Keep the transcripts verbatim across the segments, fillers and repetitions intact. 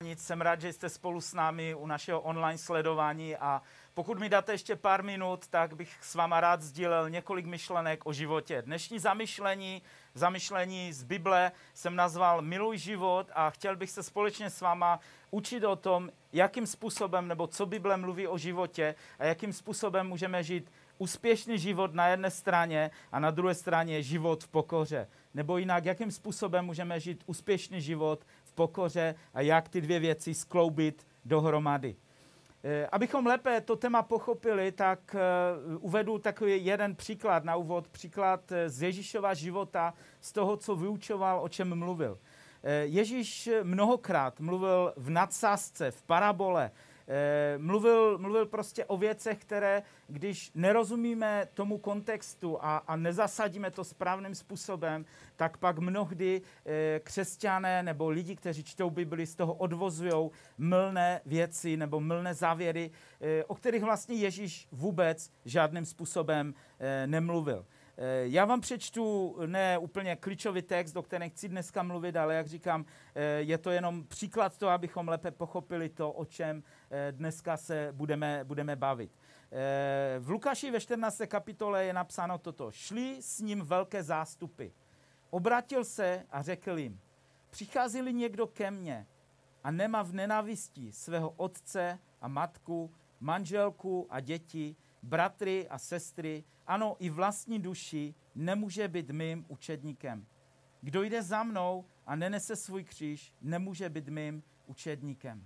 nic. Jsem rád, že jste spolu s námi u našeho online sledování a pokud mi dáte ještě pár minut, tak bych s váma rád sdílel několik myšlenek o životě. Dnešní zamyšlení, zamyšlení z Bible jsem nazval Miluj život a chtěl bych se společně s váma učit o tom, jakým způsobem nebo co Bible mluví o životě a jakým způsobem můžeme žít úspěšný život na jedné straně a na druhé straně život v pokoře. Nebo jinak, jakým způsobem můžeme žít úspěšný život v pokoře a jak ty dvě věci skloubit dohromady. Abychom lépe to téma pochopili, tak uvedu takový jeden příklad na úvod, příklad z Ježíšova života, z toho, co vyučoval, o čem mluvil. Ježíš mnohokrát mluvil v nadsázce, v parabole, mluvil, mluvil prostě o věcech, které, když nerozumíme tomu kontextu a, a nezasadíme to správným způsobem, tak pak mnohdy křesťané nebo lidi, kteří čtou Bibli, z toho odvozují mylné věci nebo mylné závěry, o kterých vlastně Ježíš vůbec žádným způsobem nemluvil. Já vám přečtu ne úplně klíčový text, o kterém chci dneska mluvit, ale jak říkám, je to jenom příklad toho, abychom lépe pochopili to, o čem dneska se budeme, budeme bavit. V Lukáši ve čtrnácté kapitole je napsáno toto. Šli s ním velké zástupy. Obrátil se a řekl jim, přichází-li někdo ke mně a nemá v nenávisti svého otce a matku, manželku a děti, bratry a sestry, ano, i vlastní duši, nemůže být mým učedníkem. Kdo jde za mnou a nenese svůj kříž, nemůže být mým učedníkem.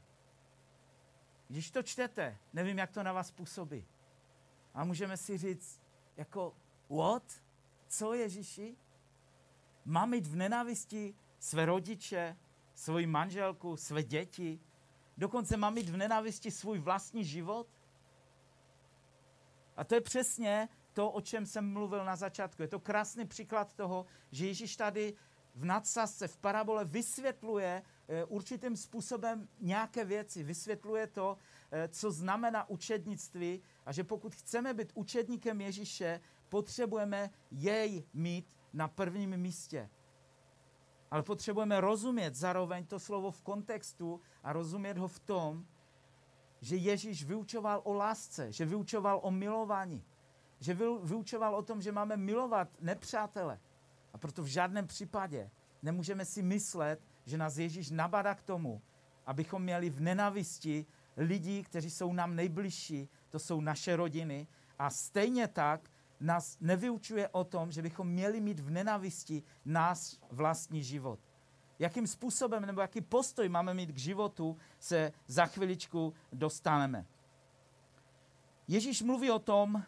Když to čtete, nevím, jak to na vás působí. A můžeme si říct, jako, what? Co, Ježíši? Mám mít v nenávisti své rodiče, svoji manželku, své děti? Dokonce mám mít v nenávisti svůj vlastní život? A to je přesně to, o čem jsem mluvil na začátku. Je to krásný příklad toho, že Ježíš tady v nadsázce, v parabole vysvětluje určitým způsobem nějaké věci. Vysvětluje to, co znamená učednictví a že pokud chceme být učedníkem Ježíše, potřebujeme jej mít na prvním místě. Ale potřebujeme rozumět zároveň to slovo v kontextu a rozumět ho v tom, že Ježíš vyučoval o lásce, že vyučoval o milování, že vyučoval o tom, že máme milovat nepřátele. A proto v žádném případě nemůžeme si myslet, že nás Ježíš nabádá k tomu, abychom měli v nenávisti lidi, kteří jsou nám nejbližší, to jsou naše rodiny. A stejně tak nás nevyučuje o tom, že bychom měli mít v nenávisti náš vlastní život. Jakým způsobem nebo jaký postoj máme mít k životu, se za chviličku dostaneme. Ježíš mluví o tom,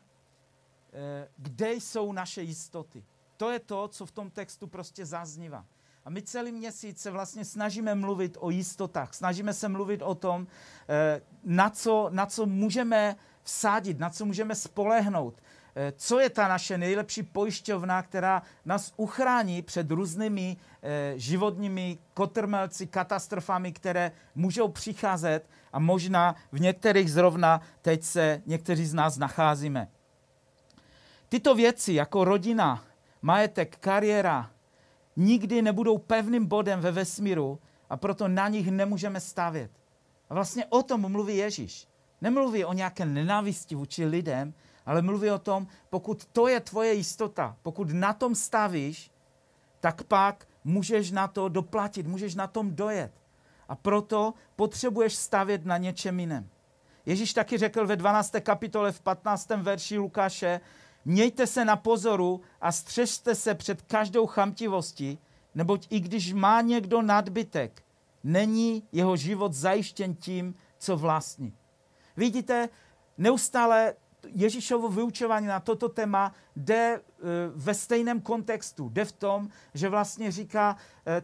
kde jsou naše jistoty. To je to, co v tom textu prostě zaznívá. A my celý měsíc se vlastně snažíme mluvit o jistotách. Snažíme se mluvit o tom, na co, na co můžeme vsádit, na co můžeme spolehnout. Co je ta naše nejlepší pojišťovna, která nás uchrání před různými životními kotrmelci, katastrofami, které můžou přicházet a možná v některých zrovna teď se někteří z nás nacházíme. Tyto věci jako rodina, majetek, kariéra nikdy nebudou pevným bodem ve vesmíru a proto na nich nemůžeme stavět. A vlastně o tom mluví Ježíš. Nemluví o nějaké nenávisti vůči lidem, ale mluví o tom, pokud to je tvoje jistota, pokud na tom stavíš, tak pak můžeš na to doplatit, můžeš na tom dojet. A proto potřebuješ stavět na něčem jiném. Ježíš taky řekl ve dvanácté kapitole v patnáctém verši Lukáše, mějte se na pozoru a střežte se před každou chamtivostí, neboť i když má někdo nadbytek, není jeho život zajištěn tím, co vlastní. Vidíte, neustále Ježíšovo vyučování na toto téma jde ve stejném kontextu. Jde v tom, že vlastně říká,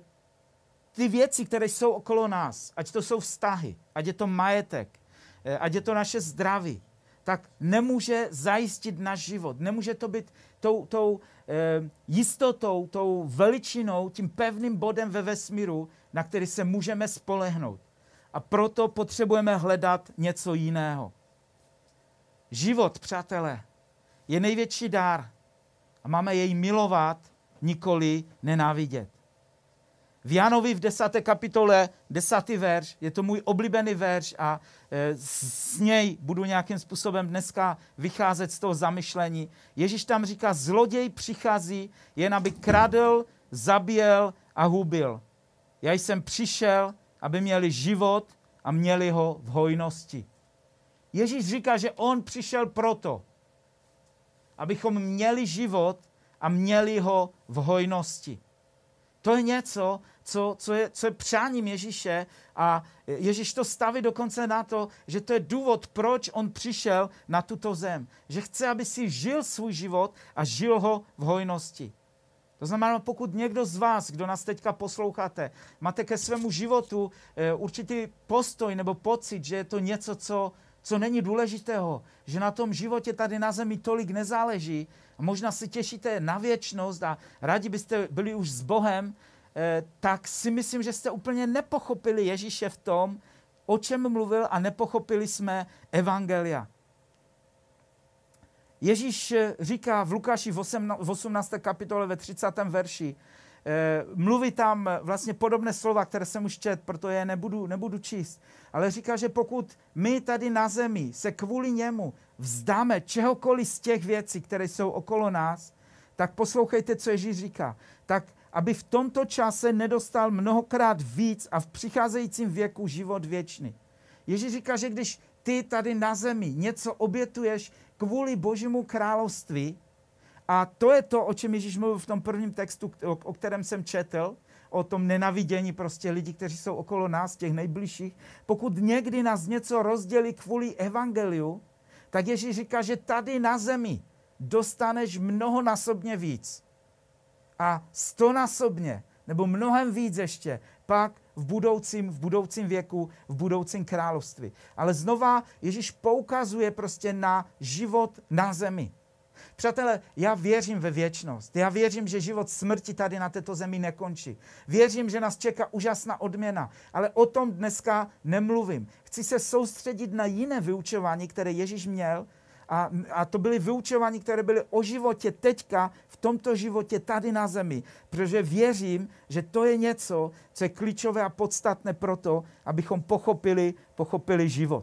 ty věci, které jsou okolo nás, ať to jsou vztahy, ať je to majetek, ať je to naše zdraví, tak nemůže zajistit náš život. Nemůže to být tou, tou e, jistotou, tou veličinou, tím pevným bodem ve vesmíru, na který se můžeme spolehnout. A proto potřebujeme hledat něco jiného. Život, přátelé, je největší dár a máme jej milovat, nikoli nenávidět. V Janovi v desáté kapitole, desátý verš, je to můj oblíbený verš a e, z něj budu nějakým způsobem dneska vycházet z toho zamyšlení. Ježíš tam říká, zloděj přichází jen aby kradl, zabíjel a hubil. Já jsem přišel, aby měli život a měli ho v hojnosti. Ježíš říká, že on přišel proto, abychom měli život a měli ho v hojnosti. To je něco, co, co, je, co je přáním Ježíše a Ježíš to staví dokonce na to, že to je důvod, proč on přišel na tuto zem. Že chce, aby si žil svůj život a žil ho v hojnosti. To znamená, pokud někdo z vás, kdo nás teďka posloucháte, máte ke svému životu e, určitý postoj nebo pocit, že je to něco, co, co není důležitého, že na tom životě tady na zemi tolik nezáleží a možná si těšíte na věčnost a rádi byste byli už s Bohem, e, tak si myslím, že jste úplně nepochopili Ježíše v tom, o čem mluvil a nepochopili jsme evangelia. Ježíš říká v Lukáši v osmnácté kapitole ve třicátém verši, eh, mluví tam vlastně podobné slova, které jsem už četl, proto je nebudu, nebudu číst, ale říká, že pokud my tady na zemi se kvůli němu vzdáme čehokoliv z těch věcí, které jsou okolo nás, tak poslouchejte, co Ježíš říká. Tak, aby v tomto čase nedostal mnohokrát víc a v přicházejícím věku život věčný. Ježíš říká, že když ty tady na zemi něco obětuješ kvůli Božímu království, a to je to, o čem Ježíš mluvil v tom prvním textu, o, o kterém jsem četl, o tom nenavidění prostě lidí, kteří jsou okolo nás, těch nejbližších. Pokud někdy nás něco rozdělí kvůli evangeliu, tak Ježíš říká, že tady na zemi dostaneš mnohonásobně víc. A stonásobně, nebo mnohem víc ještě, pak v budoucím, v budoucím věku, v budoucím království. Ale znova Ježíš poukazuje prostě na život na zemi. Přátelé, já věřím ve věčnost. Já věřím, že život smrti tady na této zemi nekončí. Věřím, že nás čeká úžasná odměna. Ale o tom dneska nemluvím. Chci se soustředit na jiné vyučování, které Ježíš měl. A, a to byly vyučování, které byly o životě teďka, v tomto životě tady na zemi. Protože věřím, že to je něco, co je klíčové a podstatné pro to, abychom pochopili, pochopili život.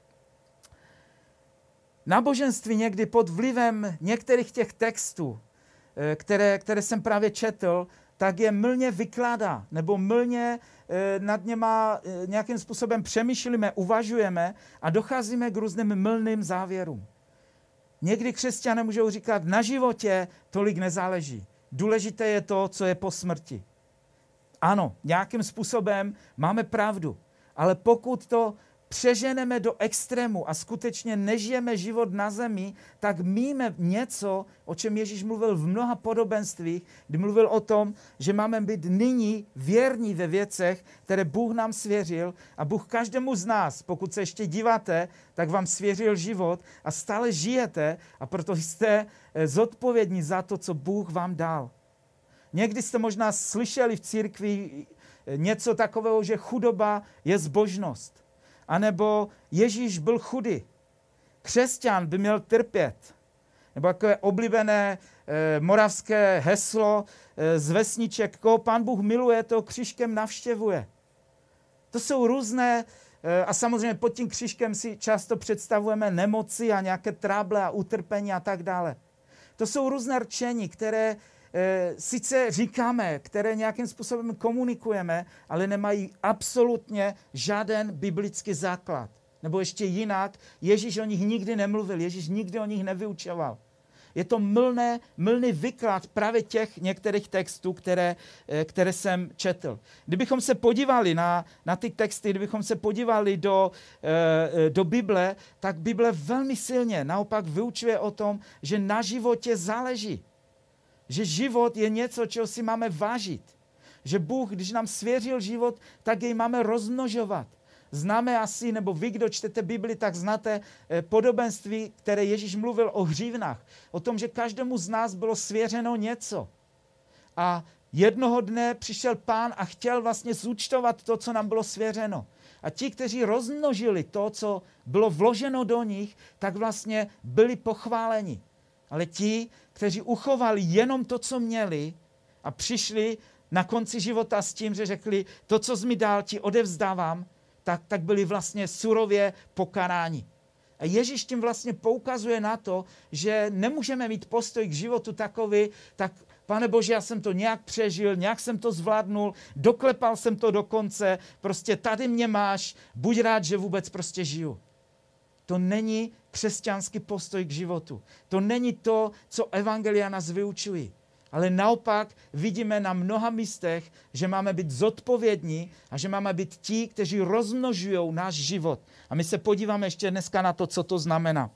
Náboženství někdy pod vlivem některých těch textů, které, které jsem právě četl, tak je mylně vykládá, nebo mylně nad něma nějakým způsobem přemýšlíme, uvažujeme a docházíme k různým mylným závěrům. Někdy křesťané můžou říkat, na životě tolik nezáleží. Důležité je to, co je po smrti. Ano, nějakým způsobem máme pravdu, ale pokud to přeženeme do extrému a skutečně nežijeme život na zemi, tak míme něco, o čem Ježíš mluvil v mnoha podobenstvích, kdy mluvil o tom, že máme být nyní věrní ve věcech, které Bůh nám svěřil a Bůh každému z nás, pokud se ještě díváte, tak vám svěřil život a stále žijete a proto jste zodpovědní za to, co Bůh vám dal. Někdy jste možná slyšeli v církvi něco takového, že chudoba je zbožnost. A nebo Ježíš byl chudý. Křesťan by měl trpět. Nebo takové oblíbené e, moravské heslo e, z vesniček, koho Pán Bůh miluje, to křížkem navštěvuje. To jsou různé, e, a samozřejmě pod tím křížkem si často představujeme nemoci a nějaké tráble a utrpení a tak dále. To jsou různé rčení, které e, sice říkáme, které nějakým způsobem komunikujeme, ale nemají absolutně žádný biblický základ. Nebo ještě jinak, Ježíš o nich nikdy nemluvil, Ježíš nikdy o nich nevyučoval. Je to mylné, mylný výklad právě těch některých textů, které, které jsem četl. Kdybychom se podívali na, na ty texty, kdybychom se podívali do, do Bible, tak Bible velmi silně naopak vyučuje o tom, že na životě záleží. Že život je něco, čeho si máme vážit. Že Bůh, když nám svěřil život, tak jej máme rozmnožovat. Známe asi, nebo vy, kdo čtete Bibli, tak znáte podobenství, které Ježíš mluvil o hřívnách. O tom, že každému z nás bylo svěřeno něco. A jednoho dne přišel Pán a chtěl vlastně zúčtovat to, co nám bylo svěřeno. A ti, kteří rozmnožili to, co bylo vloženo do nich, tak vlastně byli pochváleni. Ale ti, kteří uchovali jenom to, co měli a přišli na konci života s tím, že řekli, to, co jsi mi dal, ti odevzdávám, tak, tak byli vlastně surově pokaráni. A Ježíš tím vlastně poukazuje na to, že nemůžeme mít postoj k životu takový, tak Pane Bože, já jsem to nějak přežil, nějak jsem to zvládnul, doklepal jsem to do konce, prostě tady mě máš, buď rád, že vůbec prostě žiju. To není křesťanský postoj k životu. To není to, co evangelia nás vyučují. Ale naopak vidíme na mnoha místech, že máme být zodpovědní a že máme být ti, kteří rozmnožují náš život. A my se podíváme ještě dneska na to, co to znamená.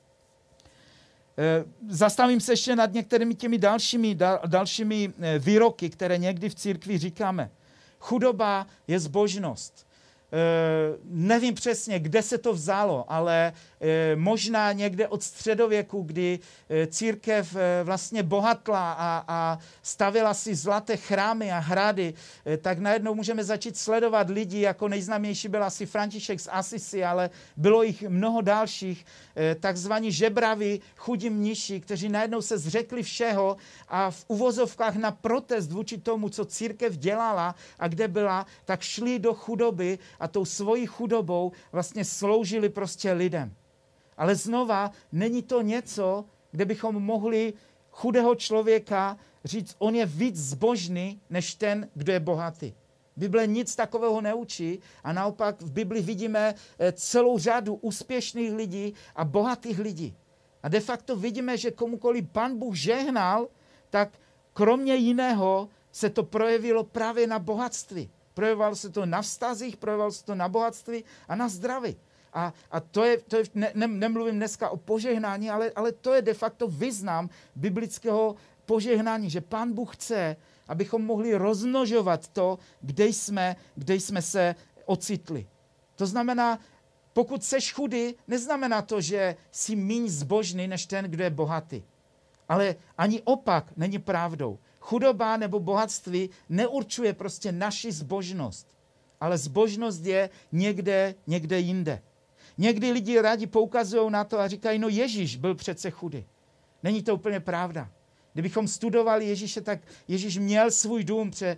Zastavím se ještě nad některými těmi dalšími, dalšími výroky, které někdy v církvi říkáme. Chudoba je zbožnost. E, nevím přesně, kde se to vzalo, ale e, možná někde od středověku, kdy e, církev e, vlastně bohatla a, a stavila si zlaté chrámy a hrady, e, tak najednou můžeme začít sledovat lidi, jako nejznámější byl asi František z Asisi, ale bylo jich mnoho dalších, e, takzvaní žebraví, chudí mniši, kteří najednou se zřekli všeho a v uvozovkách na protest vůči tomu, co církev dělala a kde byla, tak šli do chudoby a tou svojí chudobou vlastně sloužili prostě lidem. Ale znova, není to něco, kde bychom mohli chudého člověka říct, on je víc zbožný, než ten, kdo je bohatý. Bible nic takového neučí a naopak v Bibli vidíme celou řadu úspěšných lidí a bohatých lidí. A de facto vidíme, že komukoliv Pán Bůh žehnal, tak kromě jiného se to projevilo právě na bohatství. Projevovalo se to na vztazích, projevovalo se to na bohatství a na zdraví. A, a to je, to je ne, ne, nemluvím dneska o požehnání, ale, ale to je de facto význam biblického požehnání, že Pán Bůh chce, abychom mohli rozmnožovat to, kde jsme, kde jsme se ocitli. To znamená, pokud seš chudý, neznamená to, že jsi míň zbožný než ten, kdo je bohatý. Ale ani opak není pravdou. Chudoba nebo bohatství neurčuje prostě naši zbožnost, ale zbožnost je někde, někde jinde. Někdy lidi rádi poukazují na to a říkají, no Ježíš byl přece chudý. Není to úplně pravda. Kdybychom studovali Ježíše, tak Ježíš měl svůj dům, pře,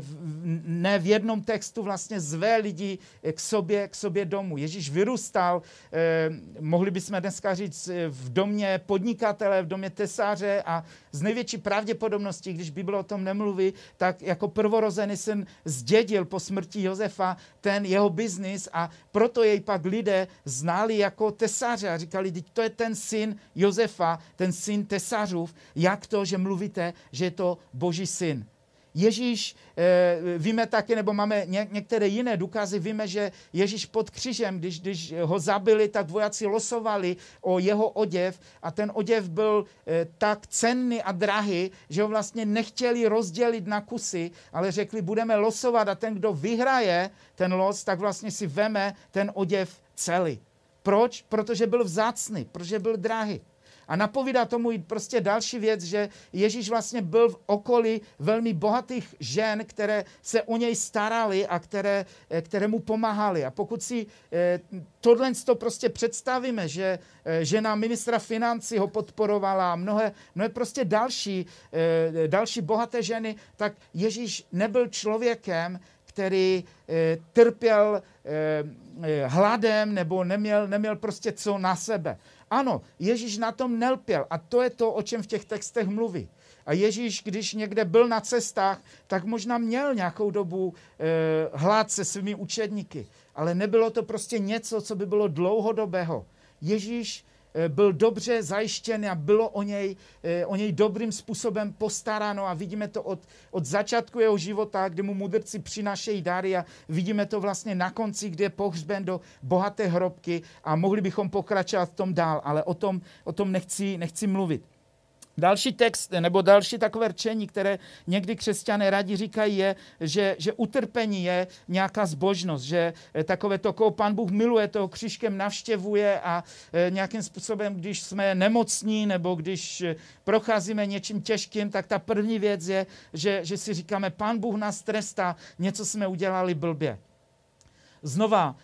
ne v jednom textu vlastně zve lidi k sobě, k sobě domů. Ježíš vyrůstal, eh, mohli bychom dneska říct, v domě podnikatele, v domě tesaře a z největší pravděpodobností, když Bible o tom nemluví, tak jako prvorozený syn zdědil po smrti Josefa ten jeho biznis a proto jej pak lidé znali jako tesaře a říkali, to je ten syn Josefa, ten syn tesařův, jak to, že mluvíte, že je to Boží syn. Ježíš, e, víme taky, nebo máme ně, některé jiné důkazy, víme, že Ježíš pod křížem, když, když ho zabili, tak vojáci losovali o jeho oděv a ten oděv byl e, tak cenný a drahý, že ho vlastně nechtěli rozdělit na kusy, ale řekli, budeme losovat a ten, kdo vyhraje ten los, tak vlastně si veme ten oděv celý. Proč? Protože byl vzácný, protože byl drahý. A napovídá tomu i prostě další věc, že Ježíš vlastně byl v okolí velmi bohatých žen, které se o něj starali a které, které mu pomáhali. A pokud si eh, tohle to prostě představíme, že eh, žena ministra financí ho podporovala a mnohé, mnohé prostě další, eh, další bohaté ženy, tak Ježíš nebyl člověkem, který eh, trpěl eh, hladem nebo neměl, neměl prostě co na sebe. Ano, Ježíš na tom nelpěl a to je to, o čem v těch textech mluví. A Ježíš, když někde byl na cestách, tak možná měl nějakou dobu eh, hlad se svými učedníky, ale nebylo to prostě něco, co by bylo dlouhodobého. Ježíš eh, byl dobře zajištěn a bylo o něj, eh, o něj dobrým způsobem postaráno a vidíme to od, od začátku jeho života, kdy mu mudrci přinášejí dary a vidíme to vlastně na konci, kde je pohřben do bohaté hrobky a mohli bychom pokračovat v tom dál, ale o tom, o tom nechci, nechci mluvit. Další text, nebo další takové rčení, které někdy křesťané rádi říkají, je, že, že utrpení je nějaká zbožnost, že takové to, koho Pán Bůh miluje, toho křížkem navštěvuje a nějakým způsobem, když jsme nemocní nebo když procházíme něčím těžkým, tak ta první věc je, že, že si říkáme, Pán Bůh nás trestá, něco jsme udělali blbě. Znova,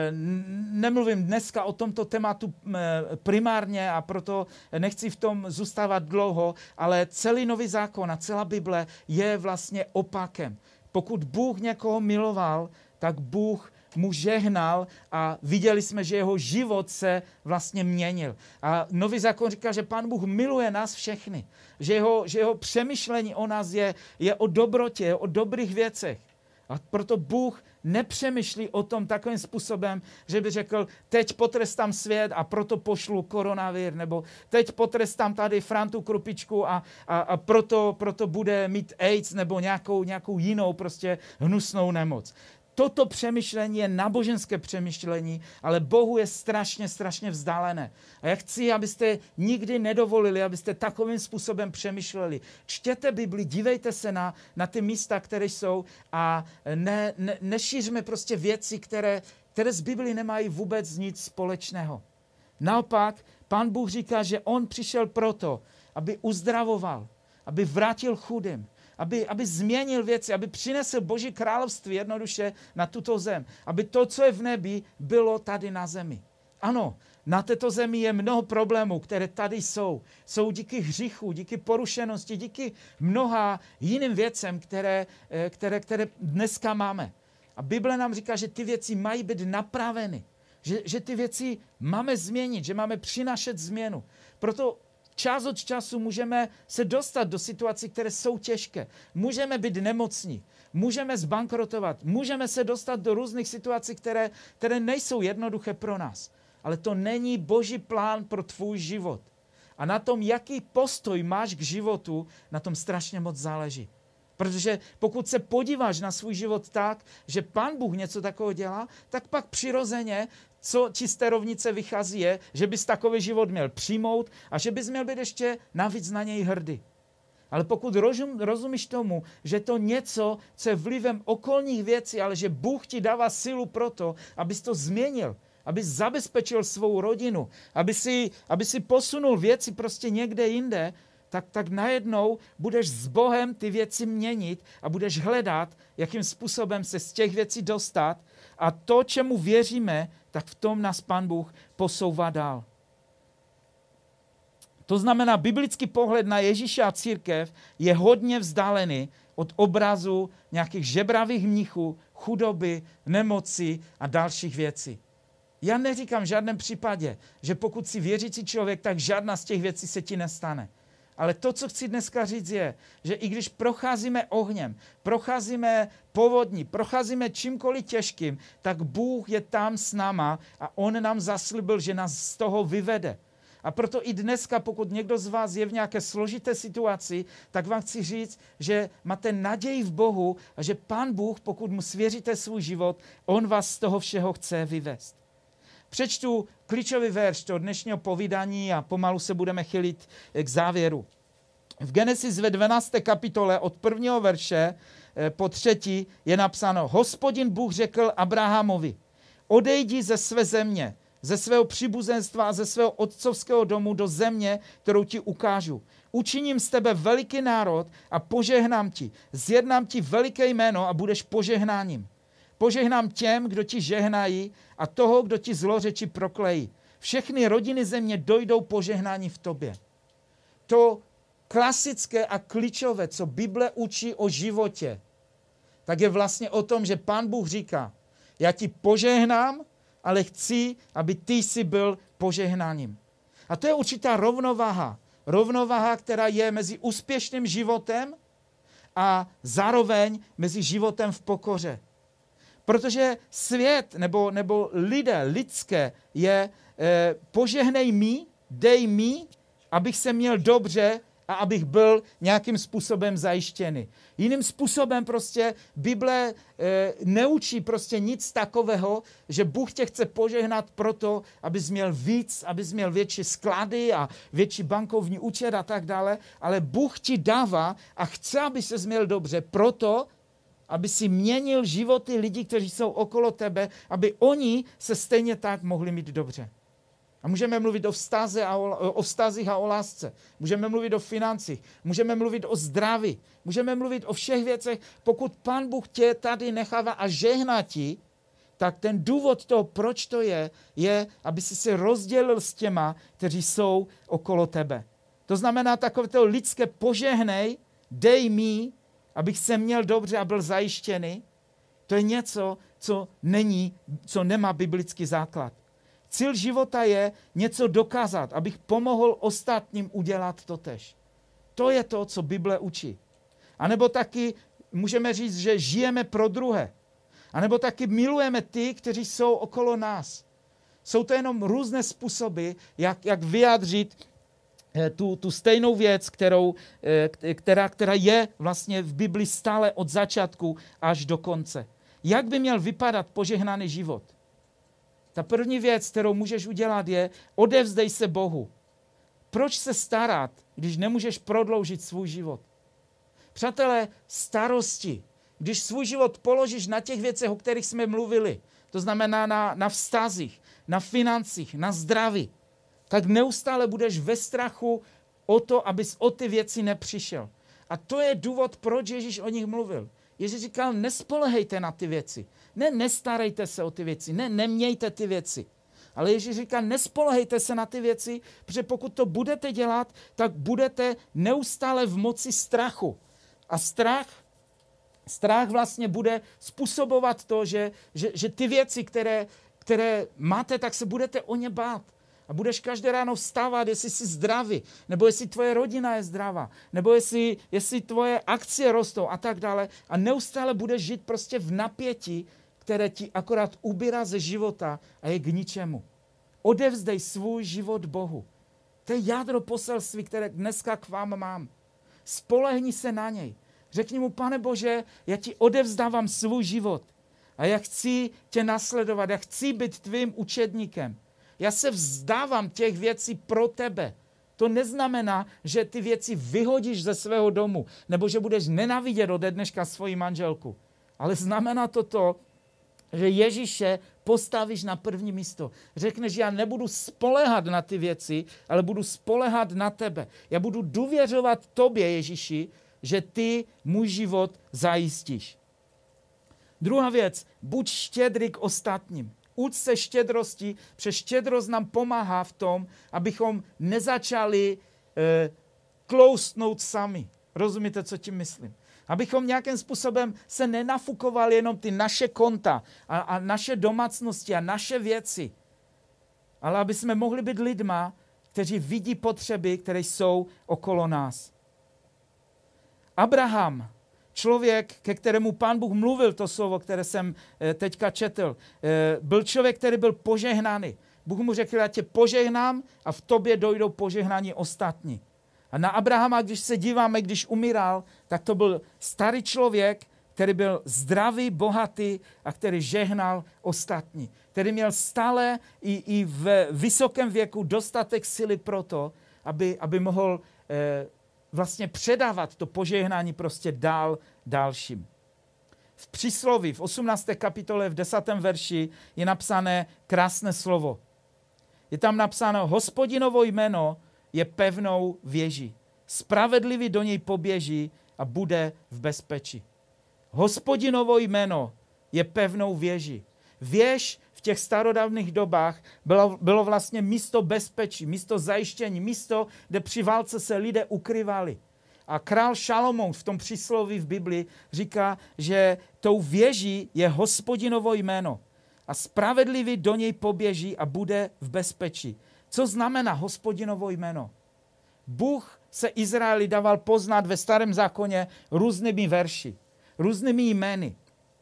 nemluvím dneska o tomto tématu primárně a proto nechci v tom zůstávat dlouho, ale celý Nový zákon a celá Bible je vlastně opakem. Pokud Bůh někoho miloval, tak Bůh mu žehnal a viděli jsme, že jeho život se vlastně měnil. A Nový zákon říká, že Pán Bůh miluje nás všechny. Že jeho, že jeho přemýšlení o nás je, je o dobrotě, je o dobrých věcech. A proto Bůh nepřemýšlí o tom takovým způsobem, že by řekl, teď potrestám svět a proto pošlu koronavir, nebo teď potrestám tady Frantu Krupičku a, a, a proto, proto bude mít AIDS nebo nějakou, nějakou jinou prostě hnusnou nemoc. Toto přemýšlení je náboženské přemýšlení, ale Bohu je strašně, strašně vzdálené. A já chci, abyste nikdy nedovolili, abyste takovým způsobem přemýšleli. Čtěte Bibli, dívejte se na, na ty místa, které jsou a ne, ne, nešířme prostě věci, které, které z Bibli nemají vůbec nic společného. Naopak, Pán Bůh říká, že on přišel proto, aby uzdravoval, aby vrátil chudým, Aby, aby změnil věci, aby přinesl Boží království jednoduše na tuto zem. Aby to, co je v nebi, bylo tady na zemi. Ano, na této zemi je mnoho problémů, které tady jsou. Jsou díky hříchu, díky porušenosti, díky mnoha jiným věcem, které, které, které dneska máme. A Bible nám říká, že ty věci mají být napraveny. Že, že ty věci máme změnit, že máme přinášet změnu. Proto čas od času můžeme se dostat do situací, které jsou těžké. Můžeme být nemocní, můžeme zbankrotovat, můžeme se dostat do různých situací, které, které nejsou jednoduché pro nás. Ale to není Boží plán pro tvůj život. A na tom, jaký postoj máš k životu, na tom strašně moc záleží. Protože pokud se podíváš na svůj život tak, že Pán Bůh něco takového dělá, tak pak přirozeně, co ti z té rovnice vychází, je, že bys takový život měl přijmout a že bys měl být ještě navíc na něj hrdý. Ale pokud rozum, rozumíš tomu, že to něco, co je vlivem okolních věcí, ale že Bůh ti dává sílu pro to, abys to změnil, abys zabezpečil svou rodinu, aby si, aby si posunul věci prostě někde jinde, tak, tak najednou budeš s Bohem ty věci měnit a budeš hledat, jakým způsobem se z těch věcí dostat a to, čemu věříme, tak v tom nás Pán Bůh posouvá dál. To znamená, biblický pohled na Ježíše a církev je hodně vzdálený od obrazu nějakých žebravých mnichů, chudoby, nemoci a dalších věcí. Já neříkám v žádném případě, že pokud jsi věřící člověk, tak žádná z těch věcí se ti nestane. Ale to, co chci dneska říct, je, že i když procházíme ohněm, procházíme povodní, procházíme čímkoliv těžkým, tak Bůh je tam s náma a on nám zaslibil, že nás z toho vyvede. A proto i dneska, pokud někdo z vás je v nějaké složité situaci, tak vám chci říct, že máte naději v Bohu a že Pán Bůh, pokud mu svěříte svůj život, on vás z toho všeho chce vyvést. Přečtu klíčový verš toho dnešního povídání a pomalu se budeme chylit k závěru. V Genesis ve dvanácté kapitole od prvního verše po třetí je napsáno: Hospodin Bůh řekl Abrahamovi, odejdi ze své země, ze svého příbuzenstva a ze svého otcovského domu do země, kterou ti ukážu. Učiním z tebe veliký národ a požehnám ti. Zjednám ti veliké jméno a budeš požehnáním. Požehnám těm, kdo ti žehnají a toho, kdo ti zlořeči proklejí. Všechny rodiny země dojdou požehnání v tobě. To klasické a klíčové, co Bible učí o životě, tak je vlastně o tom, že Pán Bůh říká, já ti požehnám, ale chci, aby ty jsi byl požehnáním. A to je určitá rovnováha. Rovnováha, která je mezi úspěšným životem a zároveň mezi životem v pokoře. Protože svět nebo, nebo lidé, lidské je eh, požehnej mi, dej mi, abych se měl dobře a abych byl nějakým způsobem zajištěný. Jiným způsobem prostě Bible e, neučí prostě nic takového, že Bůh tě chce požehnat proto, abys měl víc, abys měl větší sklady a větší bankovní účet a tak dále, ale Bůh ti dává a chce, aby ses měl dobře proto, aby si měnil životy lidí, kteří jsou okolo tebe, aby oni se stejně tak mohli mít dobře. A můžeme mluvit o vztaze a o, o vztazích a o lásce. Můžeme mluvit o financích. Můžeme mluvit o zdraví. Můžeme mluvit o všech věcech. Pokud Pán Bůh tě tady nechává a žehná ti, tak ten důvod toho, proč to je, je, aby si se rozdělil s těma, kteří jsou okolo tebe. To znamená takové to lidské požehnej, dej mi, abych se měl dobře a byl zajištěný. To je něco, co není, co nemá biblický základ. Cíl života je něco dokázat, abych pomohl ostatním udělat totéž. To je to, co Bible učí. A nebo taky můžeme říct, že žijeme pro druhé. A nebo taky milujeme ty, kteří jsou okolo nás. Jsou to jenom různé způsoby, jak, jak vyjádřit tu, tu stejnou věc, kterou, která, která je vlastně v Bibli stále od začátku až do konce. Jak by měl vypadat požehnaný život? Ta první věc, kterou můžeš udělat, je odevzdej se Bohu. Proč se starat, když nemůžeš prodloužit svůj život? Přátelé, starosti. Když svůj život položíš na těch věcech, o kterých jsme mluvili, to znamená na, na vztazích, na financích, na zdraví, tak neustále budeš ve strachu o to, abys o ty věci nepřišel. A to je důvod, proč Ježíš o nich mluvil. Ježíš říkal, nespolehejte na ty věci. Ne, nestarejte se o ty věci. Ne, nemějte ty věci. Ale Ježíš říká, nespolehejte se na ty věci, protože pokud to budete dělat, tak budete neustále v moci strachu. A strach, strach vlastně bude způsobovat to, že, že, že ty věci, které, které máte, tak se budete o ně bát. A budeš každé ráno vstávat, jestli jsi zdravý, nebo jestli tvoje rodina je zdravá, nebo jestli, jestli tvoje akcie rostou a tak dále. A neustále budeš žít prostě v napětí, které ti akorát ubírá ze života a je k ničemu. Odevzdej svůj život Bohu. To je jádro poselství, které dneska k vám mám. Spolehni se na něj. Řekni mu, Pane Bože, já ti odevzdávám svůj život. A já chci tě nasledovat, já chci být tvým učedníkem. Já se vzdávám těch věcí pro tebe. To neznamená, že ty věci vyhodíš ze svého domu, nebo že budeš nenávidět ode dneška svoji manželku. Ale znamená to to, že Ježíše postavíš na první místo. Řekneš, já nebudu spoléhat na ty věci, ale budu spoléhat na tebe. Já budu důvěřovat tobě, Ježíši, že ty můj život zajistíš. Druhá věc, buď štědrý k ostatním. Uč se štědrosti, protože štědrost nám pomáhá v tom, abychom nezačali e, klousnout sami. Rozumíte, co tím myslím? Abychom nějakým způsobem se nenafukovali jenom ty naše konta a, a naše domácnosti a naše věci, ale aby jsme mohli být lidma, kteří vidí potřeby, které jsou okolo nás. Abraham, člověk, ke kterému Pán Bůh mluvil, to slovo, které jsem teďka četl, byl člověk, který byl požehnaný. Bůh mu řekl, já tě požehnám a v tobě dojdou požehnání ostatní. A na Abrahama, když se díváme, když umíral, tak to byl starý člověk, který byl zdravý, bohatý a který žehnal ostatní. Který měl stále i, i v vysokém věku dostatek síly pro to, aby, aby mohl eh, vlastně předávat to požehnání prostě dál dalším. V přísloví v osmnácté kapitole v desátém verši je napsané krásné slovo. Je tam napsáno, Hospodinovo jméno je pevnou věží. Spravedlivý do něj poběží a bude v bezpečí. Hospodinovo jméno je pevnou věží. Věž v těch starodávných dobách bylo, bylo vlastně místo bezpečí, místo zajištění, místo, kde při válce se lidé ukrývali. A král Šalomoun v tom přísloví v Biblii říká, že tou věží je Hospodinovo jméno. A spravedlivý do něj poběží a bude v bezpečí. Co znamená Hospodinovo jméno? Bůh se Izraeli dával poznat ve Starém zákoně různými verši, různými jmény.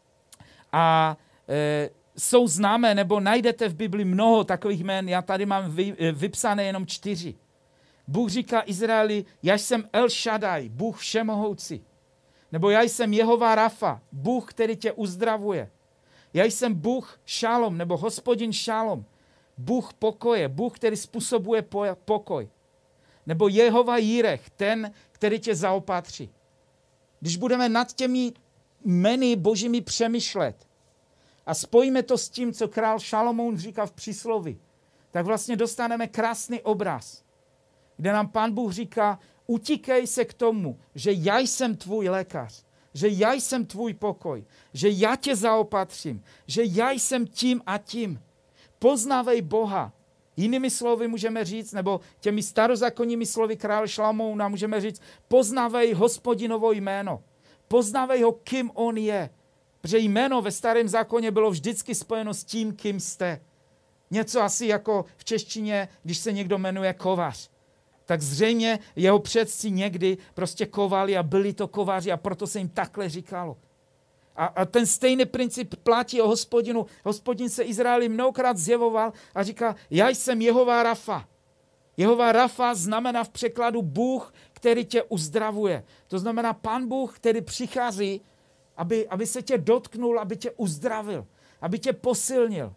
A e, jsou známé, nebo najdete v Bibli mnoho takových jmén, já tady mám vy, vypsané jenom čtyři. Bůh říká Izraeli, já jsem El Shaddai, Bůh všemohoucí. Nebo já jsem Jehova Rafa, Bůh, který tě uzdravuje. Já jsem Bůh Šalom, nebo Hospodin Šalom, Bůh pokoje, Bůh, který způsobuje pokoj. Nebo Jehova Jirech, ten, který tě zaopatří. Když budeme nad těmi jmény božími přemýšlet a spojíme to s tím, co král Šalomoun říká v přísloví, tak vlastně dostaneme krásný obraz, kde nám Pán Bůh říká, utíkej se k tomu, že já jsem tvůj lékař. že já jsem tvůj pokoj, že já tě zaopatřím, že já jsem tím a tím. Poznávej Boha. Jinými slovy můžeme říct, nebo těmi starozákonními slovy krále Šalamouna můžeme říct, poznávej Hospodinovo jméno. Poznávej ho, kým on je. Protože jméno ve starém zákoně bylo vždycky spojeno s tím, kým jste. Něco asi jako v češtině, když se někdo jmenuje kovař. Tak zřejmě jeho předci někdy prostě kovali a byli to kováři a proto se jim takhle říkalo. A, a ten stejný princip platí o Hospodinu. Hospodin se Izraeli mnohokrát zjevoval a říká, já jsem Jehova Rafa. Jehova Rafa znamená v překladu Bůh, který tě uzdravuje. To znamená Pán Bůh, který přichází, aby, aby se tě dotknul, aby tě uzdravil, aby tě posilnil.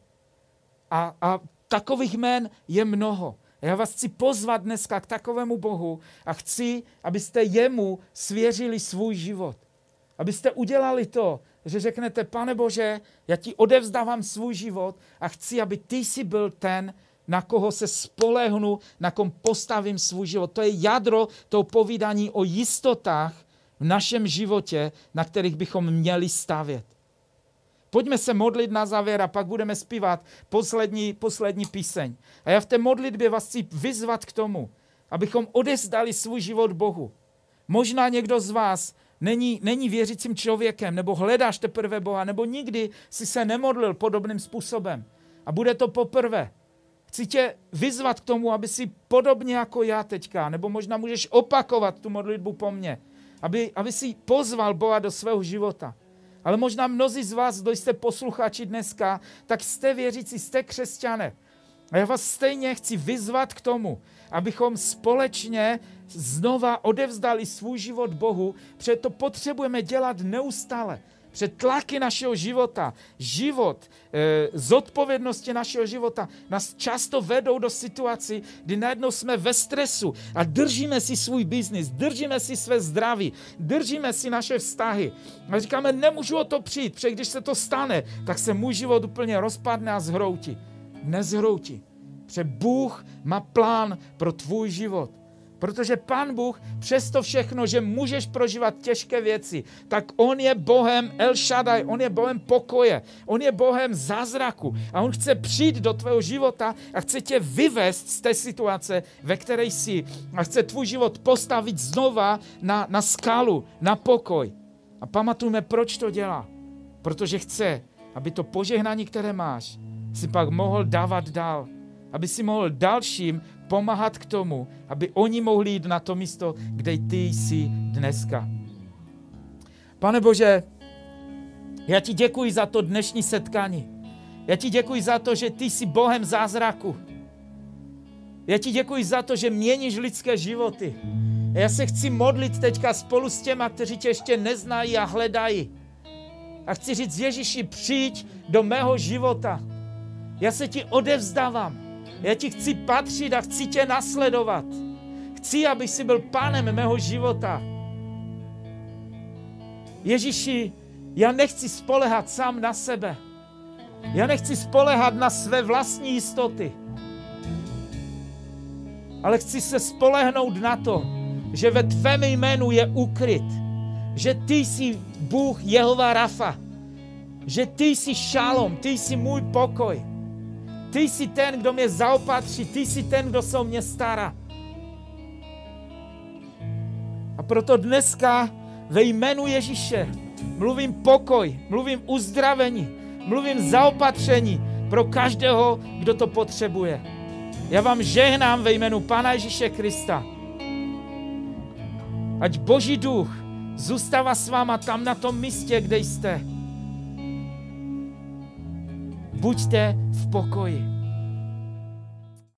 A, a takových jmén je mnoho. Já vás chci pozvat dneska k takovému Bohu a chci, abyste jemu svěřili svůj život. Abyste udělali to, že řeknete, Pane Bože, já ti odevzdávám svůj život a chci, aby ty jsi byl ten, na koho se spolehnu, na kom postavím svůj život. To je jádro toho povídání o jistotách v našem životě, na kterých bychom měli stavět. Pojďme se modlit na závěr a pak budeme zpívat poslední, poslední píseň. A já v té modlitbě vás chci vyzvat k tomu, abychom odevzdali svůj život Bohu. Možná někdo z vás není, není věřícím člověkem, nebo hledáš teprve Boha, nebo nikdy si se nemodlil podobným způsobem. A bude to poprvé. Chci tě vyzvat k tomu, aby si podobně jako já teďka, nebo možná můžeš opakovat tu modlitbu po mně, aby, aby si pozval Boha do svého života. Ale možná mnozí z vás, kdo jste posluchači dneska, tak jste věřící, jste křesťané. A já vás stejně chci vyzvat k tomu, abychom společně znova odevzdali svůj život Bohu, protože to potřebujeme dělat neustále. Před tlaky našeho života, život, e, zodpovědnosti našeho života nás často vedou do situací, kdy najednou jsme ve stresu a držíme si svůj biznis, držíme si své zdraví, držíme si naše vztahy. A říkáme, nemůžu o to přijít, protože když se to stane, tak se můj život úplně rozpadne a zhroutí. Nezhroutí, protože Bůh má plán pro tvůj život. Protože Pán Bůh, přesto všechno, že můžeš prožívat těžké věci, tak on je Bohem El Shaddai, on je Bohem pokoje, on je Bohem zázraku a on chce přijít do tvého života a chce tě vyvést z té situace, ve které jsi a chce tvůj život postavit znova na, na skalu, na pokoj. A pamatujme, proč to dělá. Protože chce, aby to požehnání, které máš, si pak mohl dávat dál. Aby si mohl dalším pomáhat k tomu, aby oni mohli jít na to místo, kde ty jsi dneska. Pane Bože, já ti děkuji za to dnešní setkání. Já ti děkuji za to, že ty jsi Bohem zázraku. Já ti děkuji za to, že měníš lidské životy. Já se chci modlit teďka spolu s těma, kteří tě ještě neznají a hledají. A chci říct, Ježíši, přijď do mého života. Já se ti odevzdávám. Já ti chci patřit a chci tě nasledovat. Chci, aby jsi byl pánem mého života. Ježíši, já nechci spoléhat sám na sebe. Já nechci spoléhat na své vlastní jistoty. Ale chci se spolehnout na to, že ve tvém jménu je ukryt. Že ty jsi Bůh Jehova Rafa. Že ty jsi šalom, ty jsi můj pokoj. Ty jsi ten, kdo mě zaopatří, ty jsi ten, kdo se o mě stará. A proto dneska ve jménu Ježíše mluvím pokoj, mluvím uzdravení, mluvím zaopatření pro každého, kdo to potřebuje. Já vám žehnám ve jménu Pána Ježíše Krista. Ať Boží duch zůstává s váma tam na tom místě, kde jste. Buďte v pokoji.